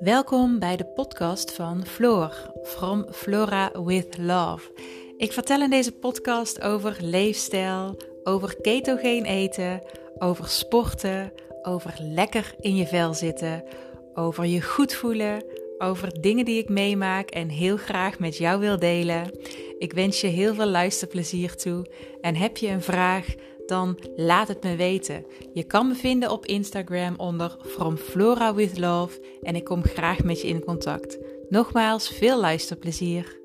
Welkom bij de podcast van Floor, From Flora with Love. Ik vertel in deze podcast over leefstijl, over ketogeen eten, over sporten, over lekker in je vel zitten, over je goed voelen, over dingen die ik meemaak en heel graag met jou wil delen. Ik wens je heel veel luisterplezier toe en heb je een vraag, dan laat het me weten. Je kan me vinden op Instagram onder From Flora with Love en ik kom graag met je in contact. Nogmaals, veel luisterplezier.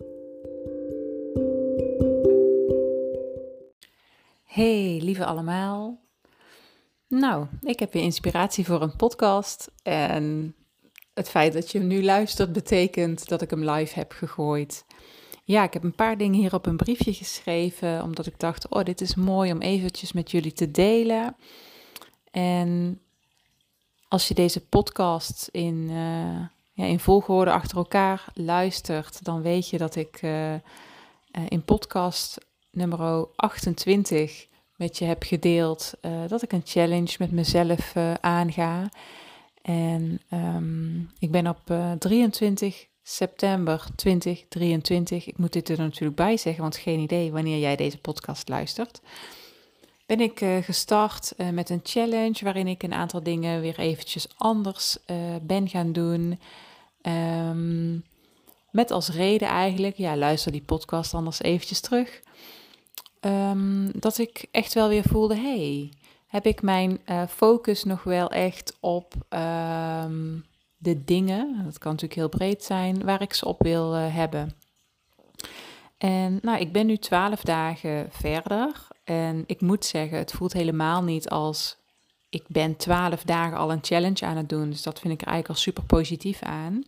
Hey, lieve allemaal. Nou, ik heb weer inspiratie voor een podcast en het feit dat je hem nu luistert betekent dat ik hem live heb gegooid. Ja, ik heb een paar dingen hier op een briefje geschreven, omdat ik dacht, dit is mooi om eventjes met jullie te delen. En als je deze podcast in volgorde achter elkaar luistert, dan weet je dat ik in podcast nummer 28 met je heb gedeeld dat ik een challenge met mezelf aanga. En ik ben op 23 september 2023, ik moet dit er natuurlijk bij zeggen, want geen idee wanneer jij deze podcast luistert, ben ik gestart met een challenge waarin ik een aantal dingen weer eventjes anders ben gaan doen. Met als reden eigenlijk, luister die podcast anders eventjes terug, dat ik echt wel weer voelde, heb ik mijn focus nog wel echt op de dingen, dat kan natuurlijk heel breed zijn, waar ik ze op wil hebben. En ik ben nu 12 dagen verder en ik moet zeggen, het voelt helemaal niet als ik ben 12 dagen al een challenge aan het doen. Dus dat vind ik er eigenlijk al super positief aan.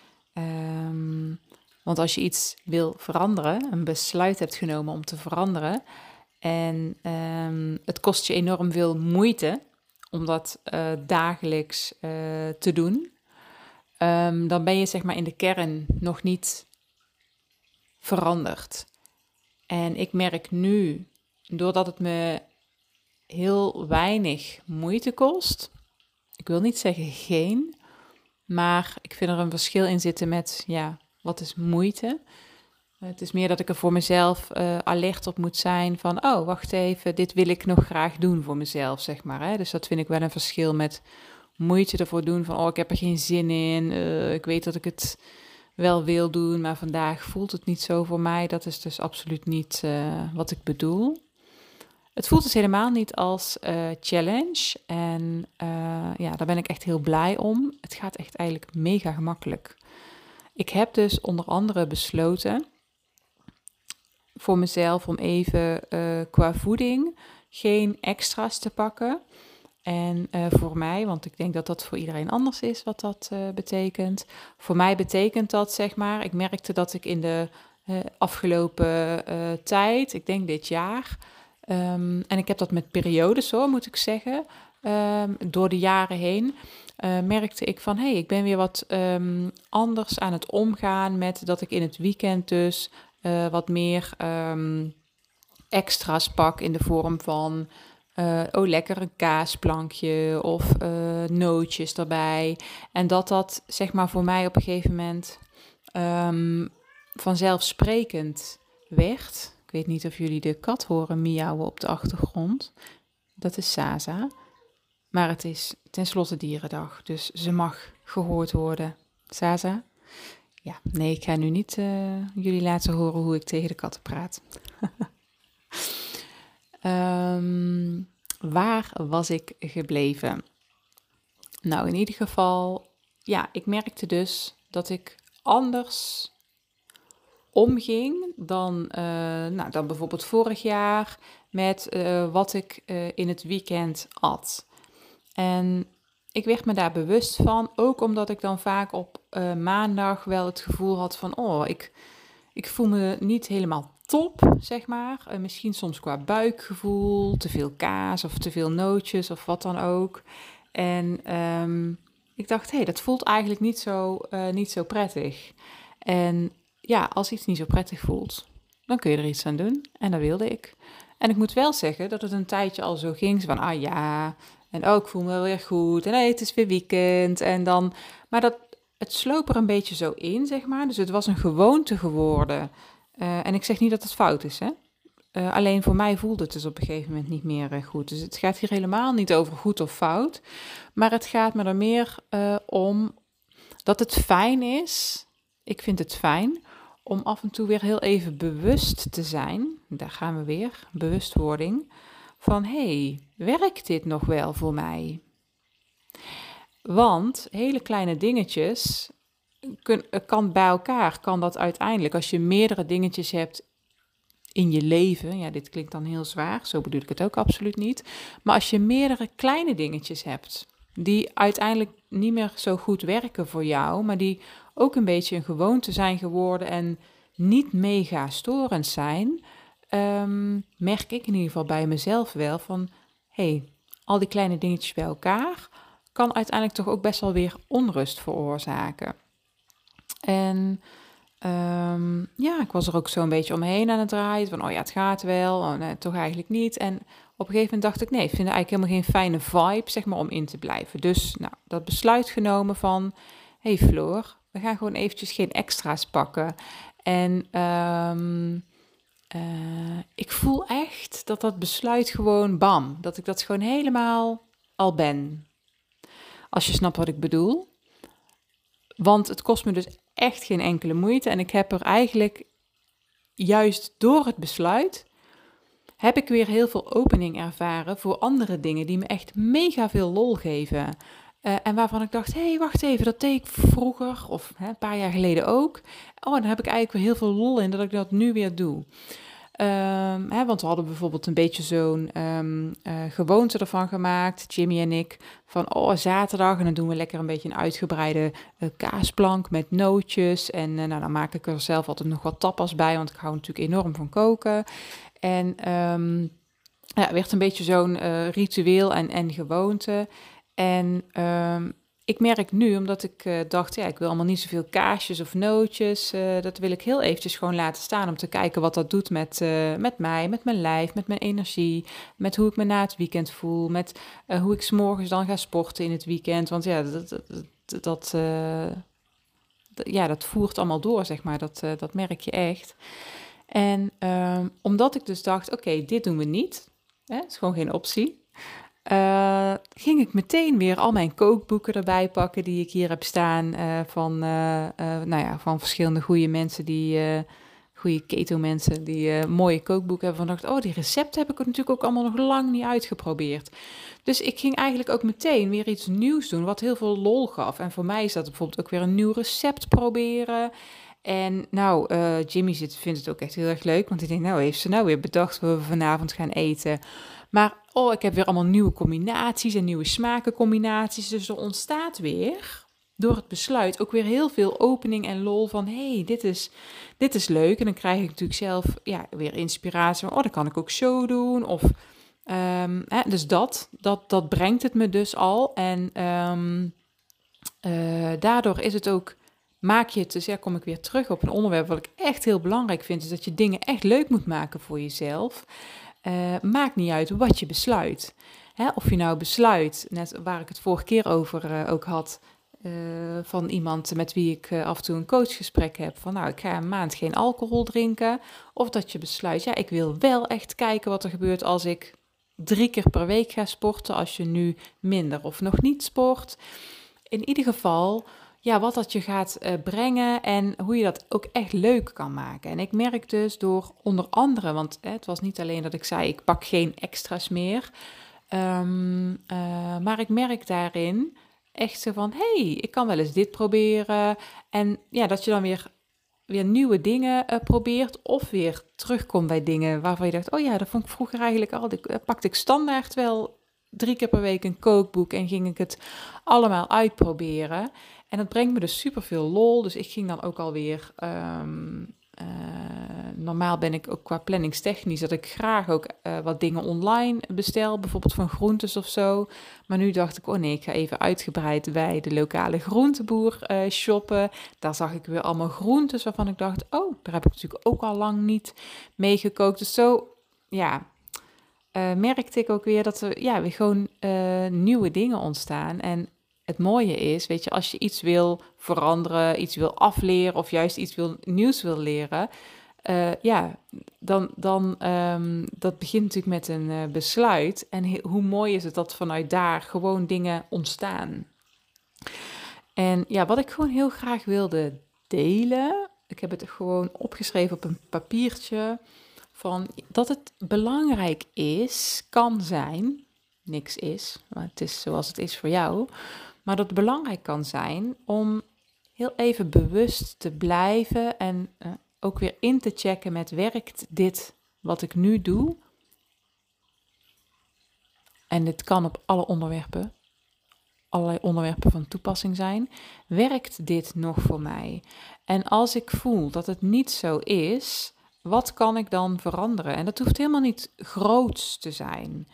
Want als je iets wil veranderen, een besluit hebt genomen om te veranderen en het kost je enorm veel moeite om dat dagelijks te doen, dan ben je zeg maar in de kern nog niet veranderd. En ik merk nu, doordat het me heel weinig moeite kost, ik wil niet zeggen geen, maar ik vind er een verschil in zitten met, wat is moeite? Het is meer dat ik er voor mezelf alert op moet zijn van, wacht even, dit wil ik nog graag doen voor mezelf, zeg maar. Hè? Dus dat vind ik wel een verschil met moeite ervoor doen van, ik heb er geen zin in, ik weet dat ik het wel wil doen, maar vandaag voelt het niet zo voor mij. Dat is dus absoluut niet wat ik bedoel. Het voelt dus helemaal niet als challenge en daar ben ik echt heel blij om. Het gaat echt eigenlijk mega gemakkelijk. Ik heb dus onder andere besloten voor mezelf om even qua voeding geen extra's te pakken. En voor mij, want ik denk dat dat voor iedereen anders is wat dat betekent. Voor mij betekent dat, zeg maar, ik merkte dat ik in de afgelopen tijd, ik denk dit jaar, en ik heb dat met periodes hoor, moet ik zeggen, door de jaren heen, merkte ik van, ik ben weer wat anders aan het omgaan met dat ik in het weekend dus wat meer extra's pak in de vorm van lekker een kaasplankje of nootjes erbij. En dat zeg maar voor mij op een gegeven moment vanzelfsprekend werd. Ik weet niet of jullie de kat horen miauwen op de achtergrond. Dat is Sasa. Maar het is tenslotte dierendag, dus ze mag gehoord worden. Sasa? Ja, nee, ik ga nu niet jullie laten horen hoe ik tegen de katten praat. Waar was ik gebleven? Nou, in ieder geval, ik merkte dus dat ik anders omging dan bijvoorbeeld vorig jaar met wat ik in het weekend at. En ik werd me daar bewust van, ook omdat ik dan vaak op maandag wel het gevoel had van, ik voel me niet helemaal top, zeg maar. Misschien soms qua buikgevoel, te veel kaas of te veel nootjes of wat dan ook. En ik dacht, dat voelt eigenlijk niet zo prettig. En als iets niet zo prettig voelt, dan kun je er iets aan doen. En dat wilde ik. En ik moet wel zeggen dat het een tijdje al zo ging. Van, en ik voel me wel weer goed. En het is weer weekend. En dan, maar het sloop er een beetje zo in, zeg maar. Dus het was een gewoonte geworden. En ik zeg niet dat het fout is, hè. Alleen voor mij voelde het dus op een gegeven moment niet meer goed. Dus het gaat hier helemaal niet over goed of fout. Maar het gaat me er meer om dat het fijn is. Ik vind het fijn om af en toe weer heel even bewust te zijn. Daar gaan we weer, bewustwording. Van, hey, werkt dit nog wel voor mij? Want hele kleine dingetjes kan bij elkaar, kan dat uiteindelijk, als je meerdere dingetjes hebt in je leven, ja, dit klinkt dan heel zwaar, zo bedoel ik het ook absoluut niet, maar als je meerdere kleine dingetjes hebt, die uiteindelijk niet meer zo goed werken voor jou, maar die ook een beetje een gewoonte zijn geworden en niet mega storend zijn, merk ik in ieder geval bij mezelf wel van, hey, al die kleine dingetjes bij elkaar kan uiteindelijk toch ook best wel weer onrust veroorzaken. En ja, ik was er ook zo een beetje omheen aan het draaien. Van, oh ja, het gaat wel. Oh nee, toch eigenlijk niet. En op een gegeven moment dacht ik, nee, ik vind het eigenlijk helemaal geen fijne vibe, zeg maar, om in te blijven. Dus, nou, dat besluit genomen van, hey Floor, we gaan gewoon eventjes geen extra's pakken. En ik voel echt dat dat besluit gewoon bam, dat ik dat gewoon helemaal al ben. Als je snapt wat ik bedoel. Want het kost me dus echt geen enkele moeite. En ik heb er eigenlijk, juist door het besluit, heb ik weer heel veel opening ervaren voor andere dingen die me echt mega veel lol geven. En waarvan ik dacht, hé, wacht even, dat deed ik vroeger of een paar jaar geleden ook. Oh, dan heb ik eigenlijk weer heel veel lol in dat ik dat nu weer doe. Want we hadden bijvoorbeeld een beetje zo'n gewoonte ervan gemaakt, Jimmy en ik, van zaterdag en dan doen we lekker een beetje een uitgebreide kaasplank met nootjes. En nou, dan maak ik er zelf altijd nog wat tapas bij, want ik hou natuurlijk enorm van koken. En ja, het werd een beetje zo'n ritueel en gewoonte. En ik merk nu, omdat ik dacht, ja, ik wil allemaal niet zoveel kaasjes of nootjes. Dat wil ik heel eventjes gewoon laten staan om te kijken wat dat doet met mij, met mijn lijf, met mijn energie. Met hoe ik me na het weekend voel, met hoe ik 's morgens dan ga sporten in het weekend. Want ja, dat voert allemaal door, zeg maar. Dat merk je echt. En omdat ik dus dacht, oké, dit doen we niet. Het is gewoon geen optie. Ging ik meteen weer al mijn kookboeken erbij pakken die ik hier heb staan van verschillende goede mensen goede keto mensen die mooie kookboeken hebben. Van dacht, die recepten heb ik natuurlijk ook allemaal nog lang niet uitgeprobeerd. Dus ik ging eigenlijk ook meteen weer iets nieuws doen wat heel veel lol gaf. En voor mij is dat bijvoorbeeld ook weer een nieuw recept proberen. En nou, Jimmy vindt het ook echt heel erg leuk, want ik denk, nou heeft ze nou weer bedacht wat we vanavond gaan eten. Maar ik heb weer allemaal nieuwe combinaties en nieuwe smakencombinaties. Dus er ontstaat weer, door het besluit, ook weer heel veel opening en lol van, hey, dit is leuk. En dan krijg ik natuurlijk zelf weer inspiratie van, dat kan ik ook zo doen. Of, dus dat brengt het me dus al. En daardoor is het ook, maak je het, dus kom ik weer terug op een onderwerp wat ik echt heel belangrijk vind, is dat je dingen echt leuk moet maken voor jezelf. Maakt niet uit wat je besluit. Of je nou besluit, net waar ik het vorige keer over ook had, van iemand met wie ik af en toe een coachgesprek heb, van nou, ik ga een maand geen alcohol drinken. Of dat je besluit, ja, ik wil wel echt kijken wat er gebeurt als ik 3 keer per week ga sporten, als je nu minder of nog niet sport. In ieder geval, ja, wat dat je gaat brengen en hoe je dat ook echt leuk kan maken. En ik merk dus door onder andere, want het was niet alleen dat ik zei, ik pak geen extra's meer. Maar ik merk daarin echt zo van, hey, ik kan wel eens dit proberen. En ja, dat je dan weer nieuwe dingen probeert of weer terugkomt bij dingen waarvan je dacht, oh ja, dat vond ik vroeger eigenlijk al. Pakte ik standaard wel 3 keer per week een kookboek en ging ik het allemaal uitproberen. En dat brengt me dus super veel lol. Dus ik ging dan ook alweer. Normaal ben ik ook qua planningstechnisch dat ik graag ook wat dingen online bestel. Bijvoorbeeld van groentes of zo. Maar nu dacht ik, oh nee, ik ga even uitgebreid bij de lokale groenteboer shoppen. Daar zag ik weer allemaal groentes waarvan ik dacht, oh, daar heb ik natuurlijk ook al lang niet mee gekookt. Dus zo, ja, merkte ik ook weer dat er weer gewoon nieuwe dingen ontstaan. En het mooie is, weet je, als je iets wil veranderen, iets wil afleren of juist iets nieuws wil leren, ja, dat begint natuurlijk met een besluit. En hoe mooi is het dat vanuit daar gewoon dingen ontstaan. En ja, wat ik gewoon heel graag wilde delen, ik heb het gewoon opgeschreven op een papiertje, van dat het belangrijk kan zijn, niks is, maar het is zoals het is voor jou, maar dat het belangrijk kan zijn om heel even bewust te blijven en ook weer in te checken met: werkt dit wat ik nu doe? En dit kan op allerlei onderwerpen van toepassing zijn. Werkt dit nog voor mij? En als ik voel dat het niet zo is, wat kan ik dan veranderen? En dat hoeft helemaal niet groots te zijn.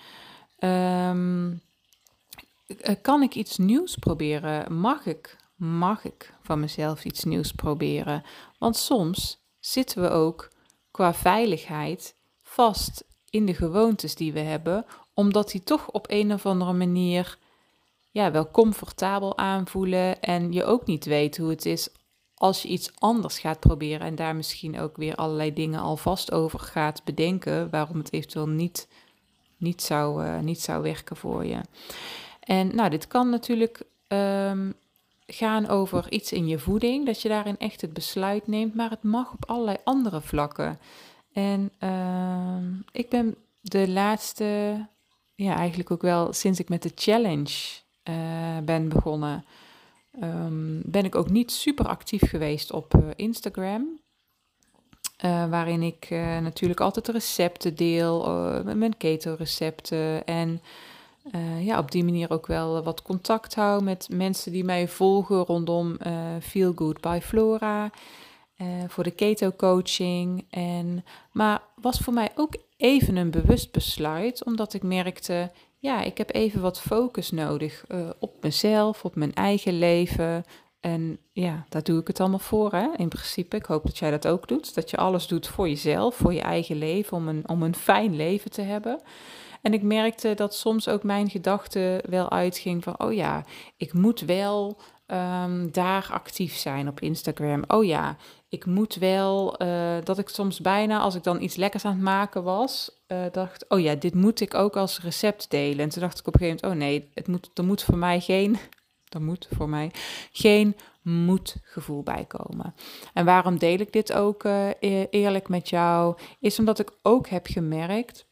Kan ik iets nieuws proberen? Mag ik van mezelf iets nieuws proberen? Want soms zitten we ook qua veiligheid vast in de gewoontes die we hebben, omdat die toch op een of andere manier wel comfortabel aanvoelen en je ook niet weet hoe het is als je iets anders gaat proberen en daar misschien ook weer allerlei dingen alvast over gaat bedenken waarom het eventueel niet zou werken voor je. En nou, dit kan natuurlijk gaan over iets in je voeding, dat je daarin echt het besluit neemt, maar het mag op allerlei andere vlakken. En ik ben de laatste, eigenlijk ook wel sinds ik met de challenge ben begonnen, ben ik ook niet super actief geweest op Instagram. Waarin ik natuurlijk altijd recepten deel, mijn keto-recepten. En op die manier ook wel wat contact hou met mensen die mij volgen rondom Feel Good by Flora. Voor de keto-coaching. Maar was voor mij ook even een bewust besluit, omdat ik merkte, ik heb even wat focus nodig op mezelf, op mijn eigen leven. En daar doe ik het allemaal voor, hè? In principe. Ik hoop dat jij dat ook doet. Dat je alles doet voor jezelf, voor je eigen leven, om een fijn leven te hebben. En ik merkte dat soms ook mijn gedachte wel uitging van, ik moet wel daar actief zijn op Instagram. Ik moet wel, dat ik soms bijna, als ik dan iets lekkers aan het maken was, dacht, dit moet ik ook als recept delen. En toen dacht ik op een gegeven moment, er moet voor mij geen moedgevoel bij komen. En waarom deel ik dit ook eerlijk met jou? Is omdat ik ook heb gemerkt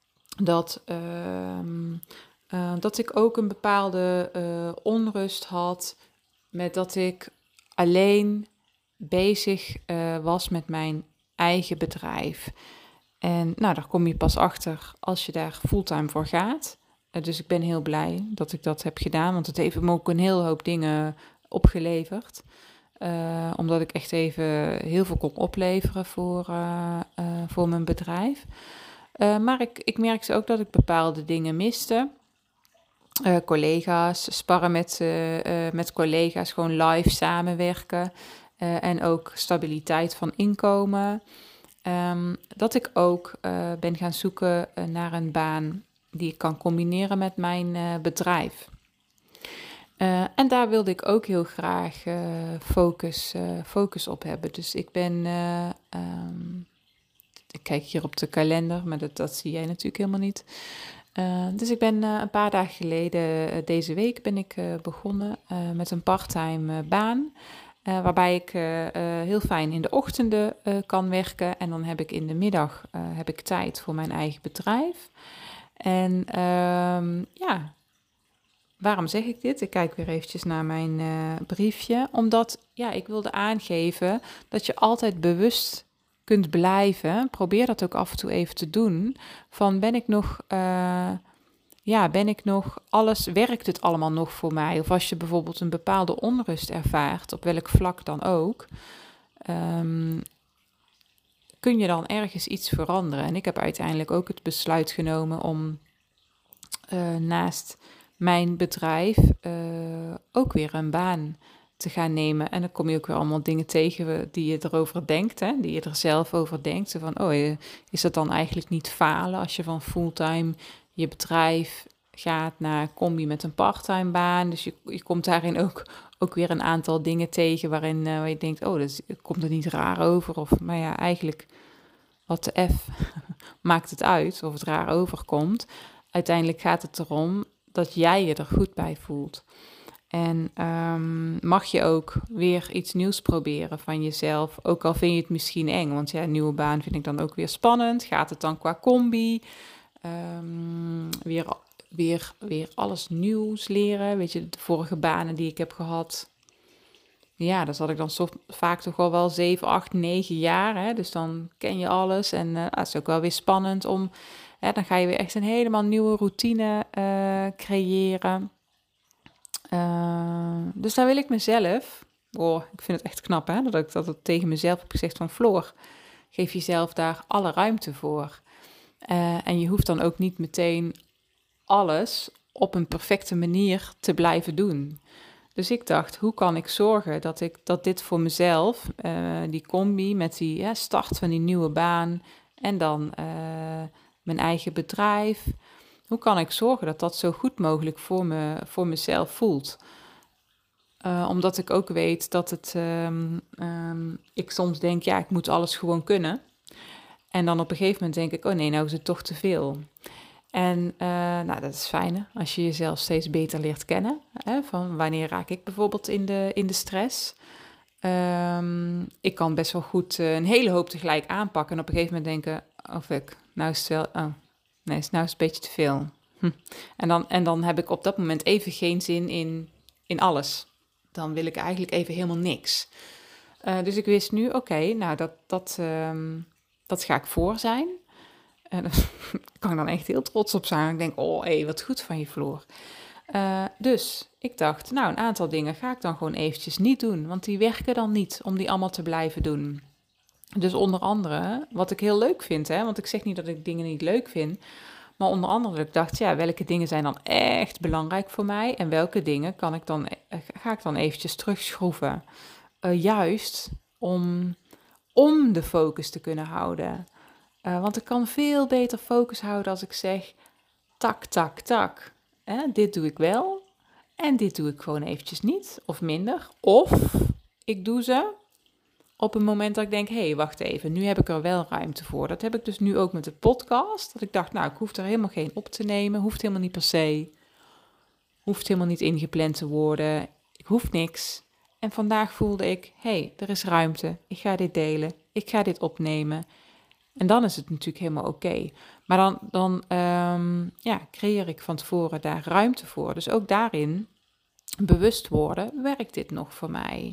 dat ik ook een bepaalde onrust had met dat ik alleen bezig was met mijn eigen bedrijf. En nou, daar kom je pas achter als je daar fulltime voor gaat. Dus ik ben heel blij dat ik dat heb gedaan, want het heeft me ook een heel hoop dingen opgeleverd. Omdat ik echt even heel veel kon opleveren voor mijn bedrijf. Maar ik merkte ook dat ik bepaalde dingen miste. Collega's, sparren met collega's, gewoon live samenwerken. En ook stabiliteit van inkomen. Dat ik ook ben gaan zoeken naar een baan die ik kan combineren met mijn bedrijf. En daar wilde ik ook heel graag focus op hebben. Dus ik ben... ik kijk hier op de kalender, maar dat zie jij natuurlijk helemaal niet. Dus ik ben een paar dagen geleden, deze week, ben ik begonnen met een parttime baan. Waarbij ik heel fijn in de ochtenden kan werken. En dan heb ik in de middag heb ik tijd voor mijn eigen bedrijf. En waarom zeg ik dit? Ik kijk weer eventjes naar mijn briefje. Omdat ik wilde aangeven dat je altijd bewust kunt blijven. Probeer dat ook af en toe even te doen. Van ben ik nog alles, werkt het allemaal nog voor mij? Of als je bijvoorbeeld een bepaalde onrust ervaart, op welk vlak dan ook, kun je dan ergens iets veranderen? En ik heb uiteindelijk ook het besluit genomen om naast mijn bedrijf ook weer een baan te gaan nemen. En dan kom je ook weer allemaal dingen tegen die je erover denkt, hè? Die je er zelf over denkt. Zo van, is dat dan eigenlijk niet falen als je van fulltime je bedrijf gaat naar combi met een parttime baan. Dus je komt daarin ook weer een aantal dingen tegen waar je denkt, oh, dat komt er niet raar over. Of, maar ja, eigenlijk, wat de F maakt het uit of het raar overkomt. Uiteindelijk gaat het erom dat jij je er goed bij voelt. En mag je ook weer iets nieuws proberen van jezelf, ook al vind je het misschien eng. Want ja, een nieuwe baan vind ik dan ook weer spannend. Gaat het dan qua combi? Weer alles nieuws leren. Weet je, de vorige banen die ik heb gehad, ja, daar zat ik dan vaak toch wel 7, 8, 9 jaar. Hè? Dus dan ken je alles. En het is ook wel weer spannend om, dan ga je weer echt een helemaal nieuwe routine creëren. Dus daar wil ik mezelf, ik vind het echt knap hè, dat ik dat tegen mezelf heb gezegd van Floor, geef jezelf daar alle ruimte voor. En je hoeft dan ook niet meteen alles op een perfecte manier te blijven doen. Dus ik dacht, hoe kan ik zorgen dat dit voor mezelf, die combi met die start van die nieuwe baan en dan mijn eigen bedrijf, hoe kan ik zorgen dat dat zo goed mogelijk voor mezelf voelt? Omdat ik ook weet dat ik soms denk, ja, ik moet alles gewoon kunnen. En dan op een gegeven moment denk ik, oh nee, nou is het toch te veel. En dat is fijn hè? Als je jezelf steeds beter leert kennen. Hè? Van wanneer raak ik bijvoorbeeld in de stress? Ik kan best wel goed een hele hoop tegelijk aanpakken. En op een gegeven moment denken, oh fuck, nou is het wel, oh, nee, nou is het een beetje te veel. En dan heb ik op dat moment even geen zin in alles. Dan wil ik eigenlijk even helemaal niks. Dus ik wist nu, oké, nou dat ga ik voor zijn. En daar kan ik dan echt heel trots op zijn. Ik denk, wat goed van je, Floor. Dus ik dacht, nou, een aantal dingen ga ik dan gewoon eventjes niet doen. Want die werken dan niet om die allemaal te blijven doen. Dus onder andere, wat ik heel leuk vind, hè, want ik zeg niet dat ik dingen niet leuk vind. Maar onder andere dat ik dacht, ja, welke dingen zijn dan echt belangrijk voor mij? En welke dingen ga ik dan eventjes terugschroeven? Juist om de focus te kunnen houden. Want ik kan veel beter focus houden als ik zeg, tak, tak, tak. Dit doe ik wel en dit doe ik gewoon eventjes niet of minder. Of ik doe ze op een moment dat ik denk, hé, wacht even, nu heb ik er wel ruimte voor. Dat heb ik dus nu ook met de podcast. Dat ik dacht, nou, ik hoef er helemaal geen op te nemen. Hoeft helemaal niet per se. Hoeft helemaal niet ingepland te worden. Ik hoef niks. En vandaag voelde ik, hé, er is ruimte. Ik ga dit delen. Ik ga dit opnemen. En dan is het natuurlijk helemaal oké. Maar dan creëer ik van tevoren daar ruimte voor. Dus ook daarin bewust worden, werkt dit nog voor mij?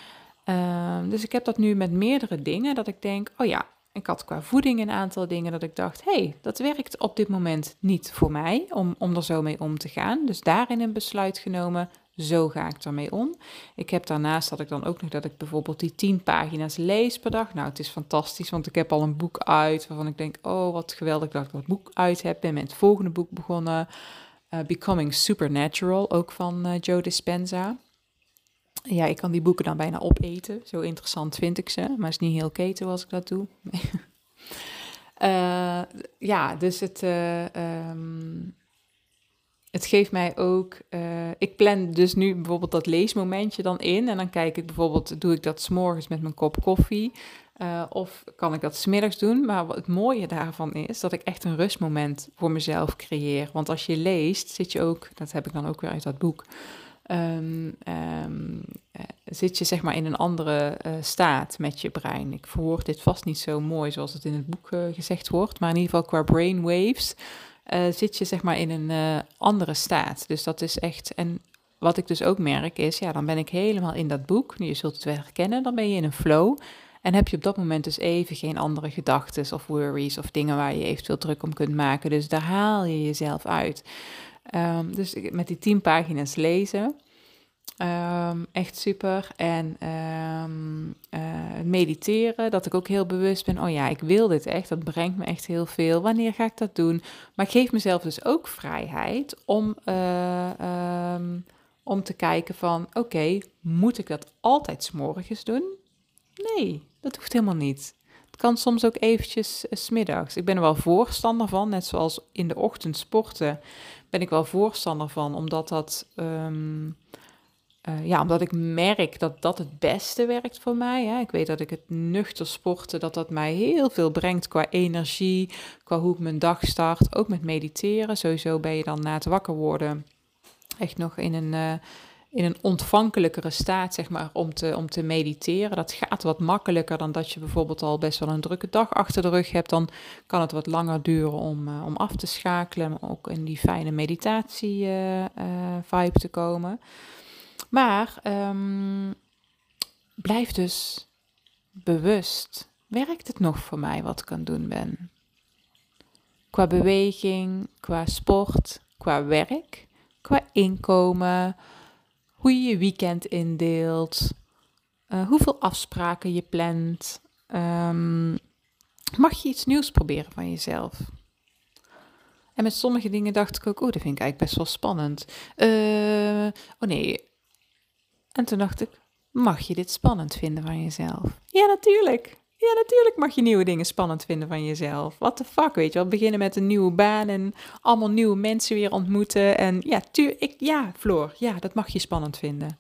Dus ik heb dat nu met meerdere dingen, dat ik denk, oh ja, ik had qua voeding een aantal dingen dat ik dacht, dat werkt op dit moment niet voor mij, om er zo mee om te gaan. Dus daarin een besluit genomen, zo ga ik ermee om. Ik heb daarnaast had ik dan ook nog dat ik bijvoorbeeld die 10 pagina's lees per dag. Nou, het is fantastisch, want ik heb al een boek uit waarvan ik denk, oh, wat geweldig dat ik dat boek uit heb. Ben met het volgende boek begonnen, Becoming Supernatural, ook van Joe Dispenza. Ja, ik kan die boeken dan bijna opeten. Zo interessant vind ik ze. Maar het is niet heel keten als ik dat doe. Dus het geeft mij ook... ik plan dus nu bijvoorbeeld dat leesmomentje dan in. En dan kijk ik bijvoorbeeld, doe ik dat 's morgens met mijn kop koffie? Of kan ik dat 's middags doen? Maar het mooie daarvan is dat ik echt een rustmoment voor mezelf creëer. Want als je leest, zit je ook... Dat heb ik dan ook weer uit dat boek... zit je zeg maar in een andere staat met je brein. Ik verwoord dit vast niet zo mooi zoals het in het boek gezegd wordt, maar in ieder geval qua brainwaves zit je zeg maar in een andere staat. Dus dat is echt, en wat ik dus ook merk is, ja, dan ben ik helemaal in dat boek, je zult het wel herkennen, dan ben je in een flow en heb je op dat moment dus even geen andere gedachten of worries of dingen waar je eventueel druk om kunt maken. Dus daar haal je jezelf uit. Dus met die 10 pagina's lezen, echt super. En mediteren, dat ik ook heel bewust ben, oh ja, ik wil dit echt, dat brengt me echt heel veel. Wanneer ga ik dat doen? Maar ik geef mezelf dus ook vrijheid om te kijken van, oké, moet ik dat altijd 's morgens doen? Nee, dat hoeft helemaal niet. Het kan soms ook eventjes 's middags. Ik ben er wel voorstander van, net zoals in de ochtend sporten, ben ik wel voorstander van, omdat ik merk dat dat het beste werkt voor mij. Hè. Ik weet dat ik het nuchter sporten, dat mij heel veel brengt qua energie, qua hoe ik mijn dag start. Ook met mediteren. Sowieso ben je dan na het wakker worden echt nog in een ontvankelijkere staat, zeg maar, om te mediteren. Dat gaat wat makkelijker dan dat je bijvoorbeeld al best wel een drukke dag achter de rug hebt. Dan kan het wat langer duren om af te schakelen, maar ook in die fijne meditatie vibe te komen. Maar blijf dus bewust. Werkt het nog voor mij wat ik aan het doen ben? Qua beweging, qua sport, qua werk, qua inkomen, hoe je je weekend indeelt, hoeveel afspraken je plant. Mag je iets nieuws proberen van jezelf? En met sommige dingen dacht ik ook, dat vind ik eigenlijk best wel spannend. Oh nee. En toen dacht ik, mag je dit spannend vinden van jezelf? Ja, natuurlijk. Ja, natuurlijk mag je nieuwe dingen spannend vinden van jezelf. What the fuck, weet je wel. Beginnen met een nieuwe baan en allemaal nieuwe mensen weer ontmoeten. En ja, Floor, ja, dat mag je spannend vinden.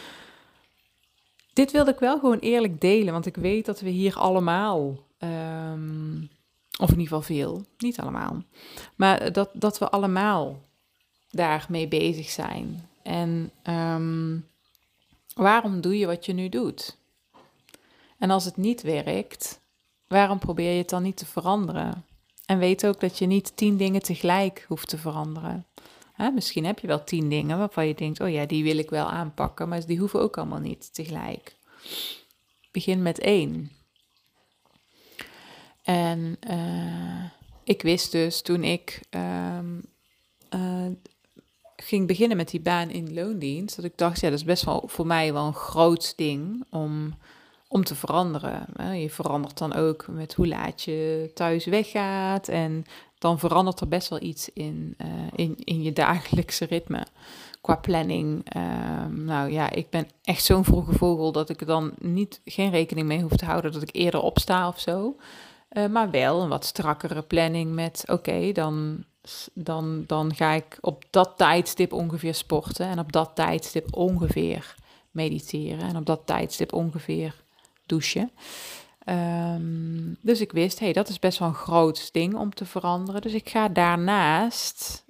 Dit wilde ik wel gewoon eerlijk delen, want ik weet dat we hier allemaal, of in ieder geval veel, niet allemaal, maar dat we allemaal daarmee bezig zijn. En waarom doe je wat je nu doet? En als het niet werkt, waarom probeer je het dan niet te veranderen? En weet ook dat je niet 10 dingen tegelijk hoeft te veranderen. Misschien heb je wel 10 dingen waarvan je denkt, oh ja, die wil ik wel aanpakken, maar die hoeven ook allemaal niet tegelijk. Begin met 1. En ik wist dus toen ik ging beginnen met die baan in loondienst, dat ik dacht, ja, dat is best wel voor mij wel een groot ding om te veranderen. Je verandert dan ook met hoe laat je thuis weggaat en dan verandert er best wel iets in je dagelijkse ritme. Qua planning. Nou ja, ik ben echt zo'n vroege vogel dat ik er dan geen rekening mee hoef te houden dat ik eerder opsta of zo. Maar wel een wat strakkere planning met, oké, dan ga ik op dat tijdstip ongeveer sporten en op dat tijdstip ongeveer mediteren en op dat tijdstip ongeveer douchen. Dus ik wist, dat is best wel een groot ding om te veranderen. Dus ik ga daarnaast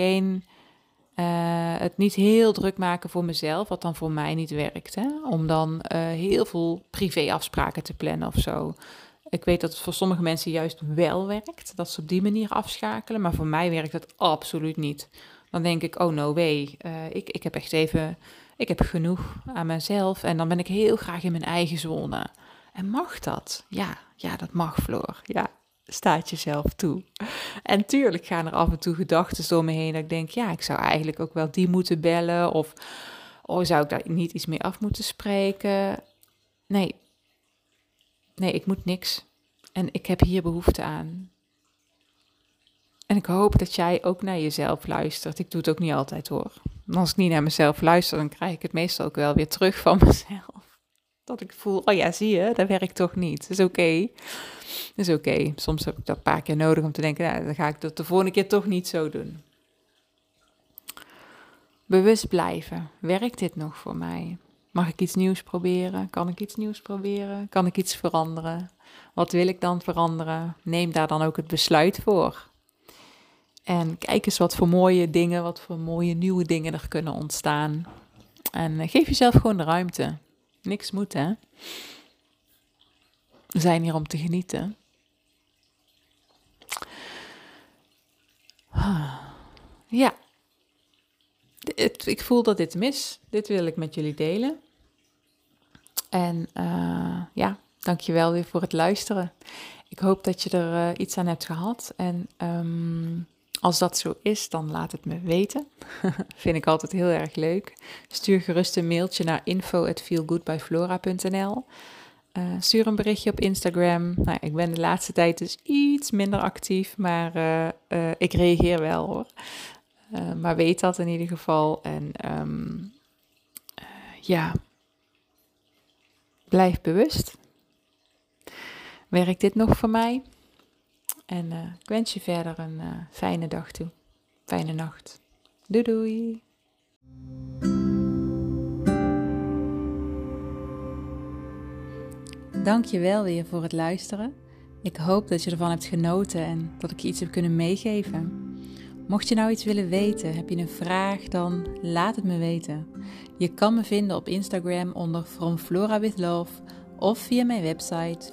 het niet heel druk maken voor mezelf, wat dan voor mij niet werkt. Hè? Om dan heel veel privéafspraken te plannen of zo. Ik weet dat het voor sommige mensen juist wel werkt, dat ze op die manier afschakelen. Maar voor mij werkt het absoluut niet. Dan denk ik, oh no way, ik heb echt ik heb genoeg aan mezelf. En dan ben ik heel graag in mijn eigen zone. En mag dat? Ja, dat mag, Floor. Ja, staat jezelf toe. En tuurlijk gaan er af en toe gedachten door me heen dat ik denk, ja, ik zou eigenlijk ook wel die moeten bellen. Of zou ik daar niet iets mee af moeten spreken? Nee, ik moet niks. En ik heb hier behoefte aan. En ik hoop dat jij ook naar jezelf luistert. Ik doe het ook niet altijd hoor. Als ik niet naar mezelf luister, dan krijg ik het meestal ook wel weer terug van mezelf. Dat ik voel, oh ja, zie je, dat werkt toch niet. Dat is oké. Dat is oké. Soms heb ik dat een paar keer nodig om te denken, nou, dan ga ik dat de volgende keer toch niet zo doen. Bewust blijven. Werkt dit nog voor mij? Mag ik iets nieuws proberen? Kan ik iets nieuws proberen? Kan ik iets veranderen? Wat wil ik dan veranderen? Neem daar dan ook het besluit voor. En kijk eens wat voor mooie dingen, wat voor mooie nieuwe dingen er kunnen ontstaan. En geef jezelf gewoon de ruimte. Niks moet, hè? We zijn hier om te genieten. Ja. Ik voel dat dit mis. Dit wil ik met jullie delen. En dankjewel weer voor het luisteren. Ik hoop dat je er iets aan hebt gehad. En als dat zo is, dan laat het me weten. Vind ik altijd heel erg leuk. Stuur gerust een mailtje naar info@feelgoodbyflora.nl. Stuur een berichtje op Instagram. Nou, ik ben de laatste tijd dus iets minder actief, maar ik reageer wel hoor. Maar weet dat in ieder geval. En blijf bewust. Werkt dit nog voor mij? En ik wens je verder een fijne dag toe. Fijne nacht. Doei doei! Dank je wel weer voor het luisteren. Ik hoop dat je ervan hebt genoten en dat ik je iets heb kunnen meegeven. Mocht je nou iets willen weten, heb je een vraag, dan laat het me weten. Je kan me vinden op Instagram onder From Flora with Love of via mijn website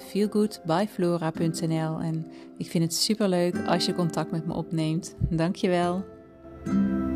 feelgoodbyflora.nl. En ik vind het superleuk als je contact met me opneemt. Dank je wel.